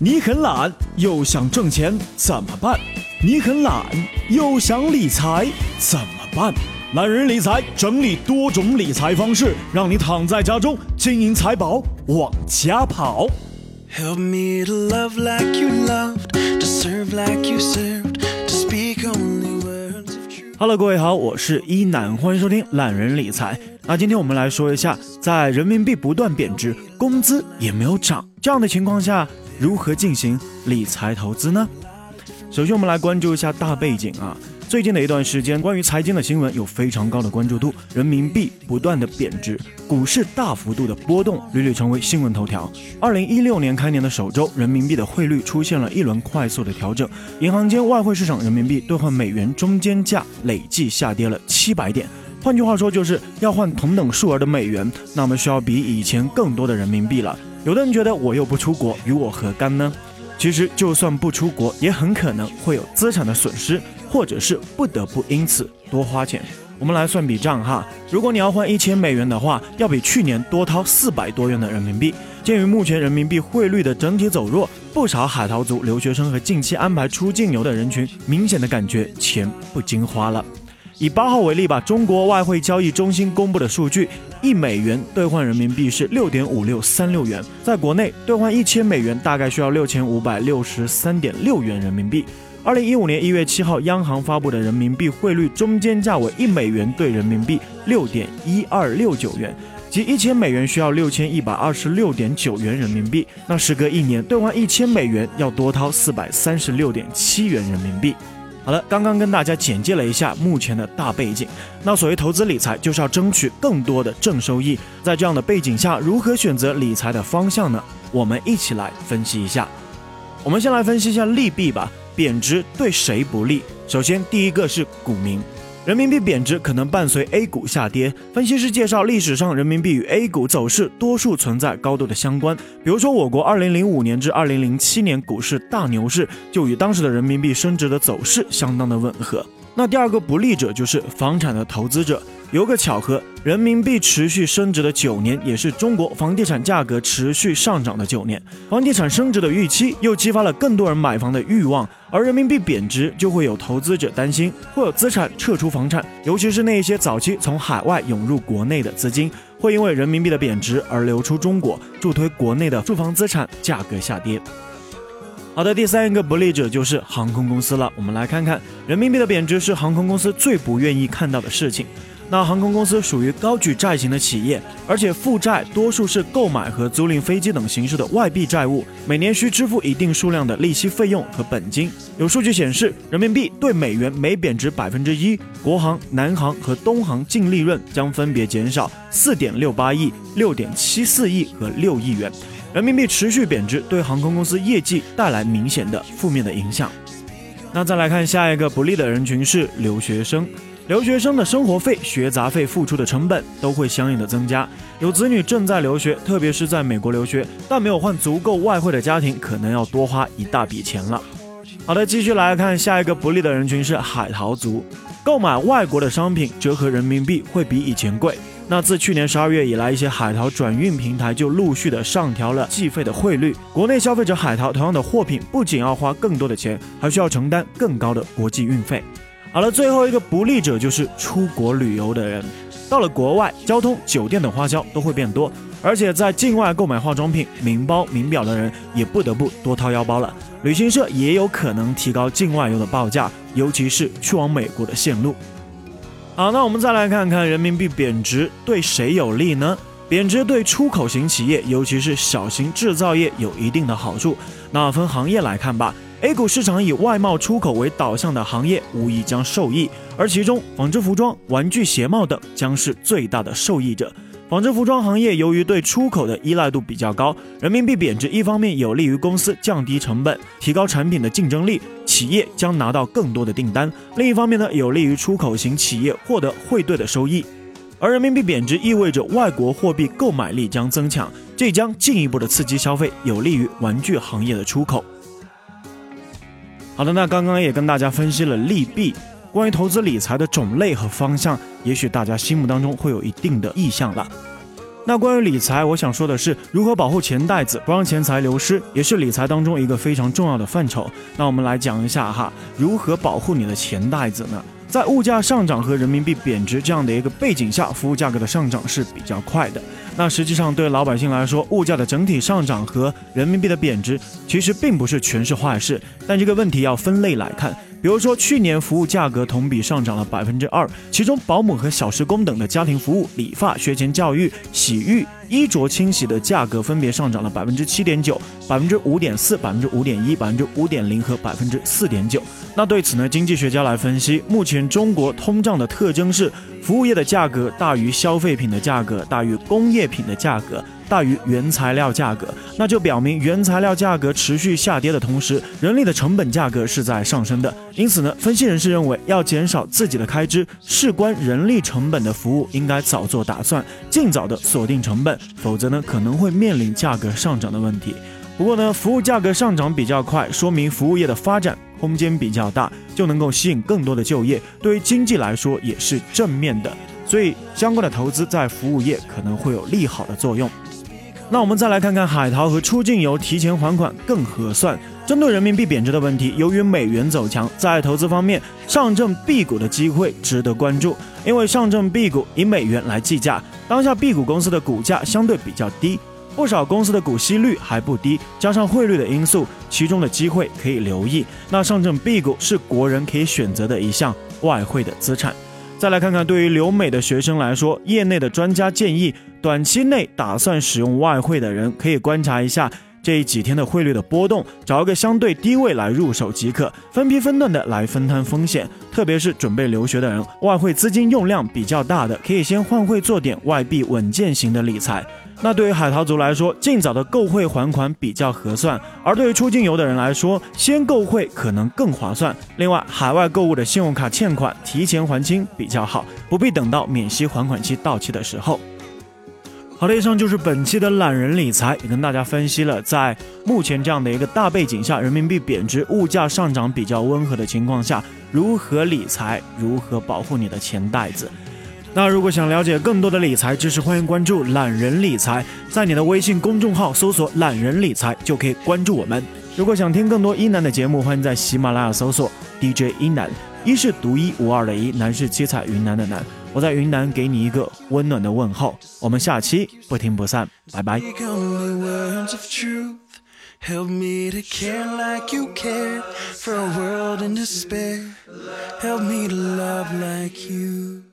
你很懒又想挣钱怎么办？你很懒又想理财怎么办？懒人理财整理多种理财方式，让你躺在家中金银财宝往家跑。 Help me to love like you loved, to serve like you served, to speak only words of truth. Hello， 各位好，我是一楠，欢迎收听懒人理财。那今天我们来说一下，在人民币不断贬值，工资也没有涨这样的情况下，如何进行理财投资呢？首先我们来关注一下大背景啊。最近的一段时间，关于财经的新闻有非常高的关注度，人民币不断的贬值，股市大幅度的波动，屡屡成为新闻头条。2016年开年的首周，人民币的汇率出现了一轮快速的调整，银行间外汇市场人民币兑换美元中间价累计下跌了700点。换句话说，就是要换同等数额的美元，那么需要比以前更多的人民币了。有的人觉得我又不出国，与我何干呢？其实就算不出国，也很可能会有资产的损失，或者是不得不因此多花钱。我们来算笔账哈，如果你要换1000美元的话，要比去年多掏400多元的人民币。鉴于目前人民币汇率的整体走弱，不少海淘族、留学生和近期安排出境游的人群明显的感觉钱不经花了。以8号为例吧，中国外汇交易中心公布的数据，1美元兑换人民币是 6.5636 元，在国内兑换1000美元大概需要 6563.6 元人民币。2015年1月7号，央行发布的人民币汇率中间价为1美元兑人民币 6.1269 元，即1000美元需要 6126.9 元人民币。那时隔1年，兑换1000美元要多掏 436.7 元人民币。好了，刚刚跟大家简介了一下目前的大背景。那所谓投资理财，就是要争取更多的正收益。在这样的背景下，如何选择理财的方向呢？我们一起来分析一下。我们先来分析一下利弊吧。贬值对谁不利？首先，第一个是股民。人民币贬值可能伴随 A 股下跌。分析师介绍，历史上人民币与 A 股走势多数存在高度的相关。比如说，我国2005年至2007年股市大牛市就与当时的人民币升值的走势相当的吻合。那第二个不利者就是房产的投资者。有个巧合，人民币持续升值的9年，也是中国房地产价格持续上涨的9年。房地产升值的预期又激发了更多人买房的欲望，而人民币贬值就会有投资者担心会有资产撤出房产，尤其是那些早期从海外涌入国内的资金，会因为人民币的贬值而流出中国，助推国内的住房资产价格下跌。好的，第三个不利者就是航空公司了。我们来看看，人民币的贬值是航空公司最不愿意看到的事情。那航空公司属于高举债型的企业，而且负债多数是购买和租赁飞机等形式的外币债务，每年需支付一定数量的利息费用和本金。有数据显示，人民币对美元每贬值 1%， 国航、南航和东航净利润将分别减少 4.68 亿、6.74亿和6亿元。人民币持续贬值对航空公司业绩带来明显的负面的影响。那再来看下一个不利的人群是留学生。留学生的生活费、学杂费付出的成本都会相应的增加。有子女正在留学，特别是在美国留学，但没有换足够外汇的家庭，可能要多花一大笔钱了。好的，继续来看下一个不利的人群是海淘族。购买外国的商品折合人民币会比以前贵。那自去年12月以来，一些海淘转运平台就陆续的上调了计费的汇率。国内消费者海淘同样的货品，不仅要花更多的钱，还需要承担更高的国际运费。好了，最后一个不利者就是出国旅游的人。到了国外，交通、酒店等花销都会变多，而且在境外购买化妆品、名包、名表的人也不得不多掏腰包了。旅行社也有可能提高境外游的报价，尤其是去往美国的线路。好，那我们再来看看人民币贬值对谁有利呢？贬值对出口型企业，尤其是小型制造业有一定的好处。那分行业来看吧。A 股市场以外贸出口为导向的行业无疑将受益，而其中纺织服装、玩具鞋帽等将是最大的受益者。纺织服装行业由于对出口的依赖度比较高，人民币贬值一方面有利于公司降低成本，提高产品的竞争力，企业将拿到更多的订单；另一方面呢，有利于出口型企业获得汇兑的收益。而人民币贬值意味着外国货币购买力将增强，这将进一步的刺激消费，有利于玩具行业的出口。好的，那刚刚也跟大家分析了利弊，关于投资理财的种类和方向，也许大家心目当中会有一定的意向了。 那关于理财，我想说的是如何保护钱袋子，不让钱财流失，也是理财当中一个非常重要的范畴。那我们来讲一下哈，如何保护你的钱袋子呢？在物价上涨和人民币贬值这样的一个背景下，服务价格的上涨是比较快的。那实际上对老百姓来说，物价的整体上涨和人民币的贬值其实并不是全是坏事，但这个问题要分类来看。比如说去年服务价格同比上涨了 2%， 其中保姆和小时工等的家庭服务、理发、学前教育、洗浴、衣着清洗的价格分别上涨了 7.9%、5.4%、5.1%、5.0% 和 4.9%。那对此呢，经济学家来分析，目前中国通胀的特征是服务业的价格大于消费品的价格，大于工业品的价格，大于原材料价格，那就表明原材料价格持续下跌的同时，人力的成本价格是在上升的。因此呢，分析人士认为，要减少自己的开支，事关人力成本的服务应该早做打算，尽早的锁定成本，否则呢，可能会面临价格上涨的问题。不过呢，服务价格上涨比较快，说明服务业的发展空间比较大，就能够吸引更多的就业，对于经济来说也是正面的，所以相关的投资在服务业可能会有利好的作用。那我们再来看看海淘和出境游提前还款更合算。针对人民币贬值的问题，由于美元走强，在投资方面，上证 B 股的机会值得关注，因为上证 B 股以美元来计价，当下 B 股公司的股价相对比较低，不少公司的股息率还不低，加上汇率的因素，其中的机会可以留意。那上证 B 股是国人可以选择的一项外汇的资产。再来看看对于留美的学生来说，业内的专家建议，短期内打算使用外汇的人可以观察一下这几天的汇率的波动，找一个相对低位来入手即可，分批分段的来分摊风险。特别是准备留学的人，外汇资金用量比较大的，可以先换汇做点外币稳健型的理财。那对于海淘族来说，尽早的购汇还款比较合算，而对于出境游的人来说，先购汇可能更划算。另外，海外购物的信用卡欠款提前还清比较好，不必等到免息还款期到期的时候。好的，以上就是本期的懒人理财，也跟大家分析了在目前这样的一个大背景下，人民币贬值、物价上涨比较温和的情况下，如何理财，如何保护你的钱袋子。那如果想了解更多的理财知识，欢迎关注懒人理财，在你的微信公众号搜索懒人理财就可以关注我们。如果想听更多一南的节目，欢迎在喜马拉雅搜索 DJ 一南，一是独一无二的一，南是七彩云南的南。我在云南给你一个温暖的问候，我们下期不听不散，拜拜。 Help me to care like you cared for a world in despair. Help me to love like you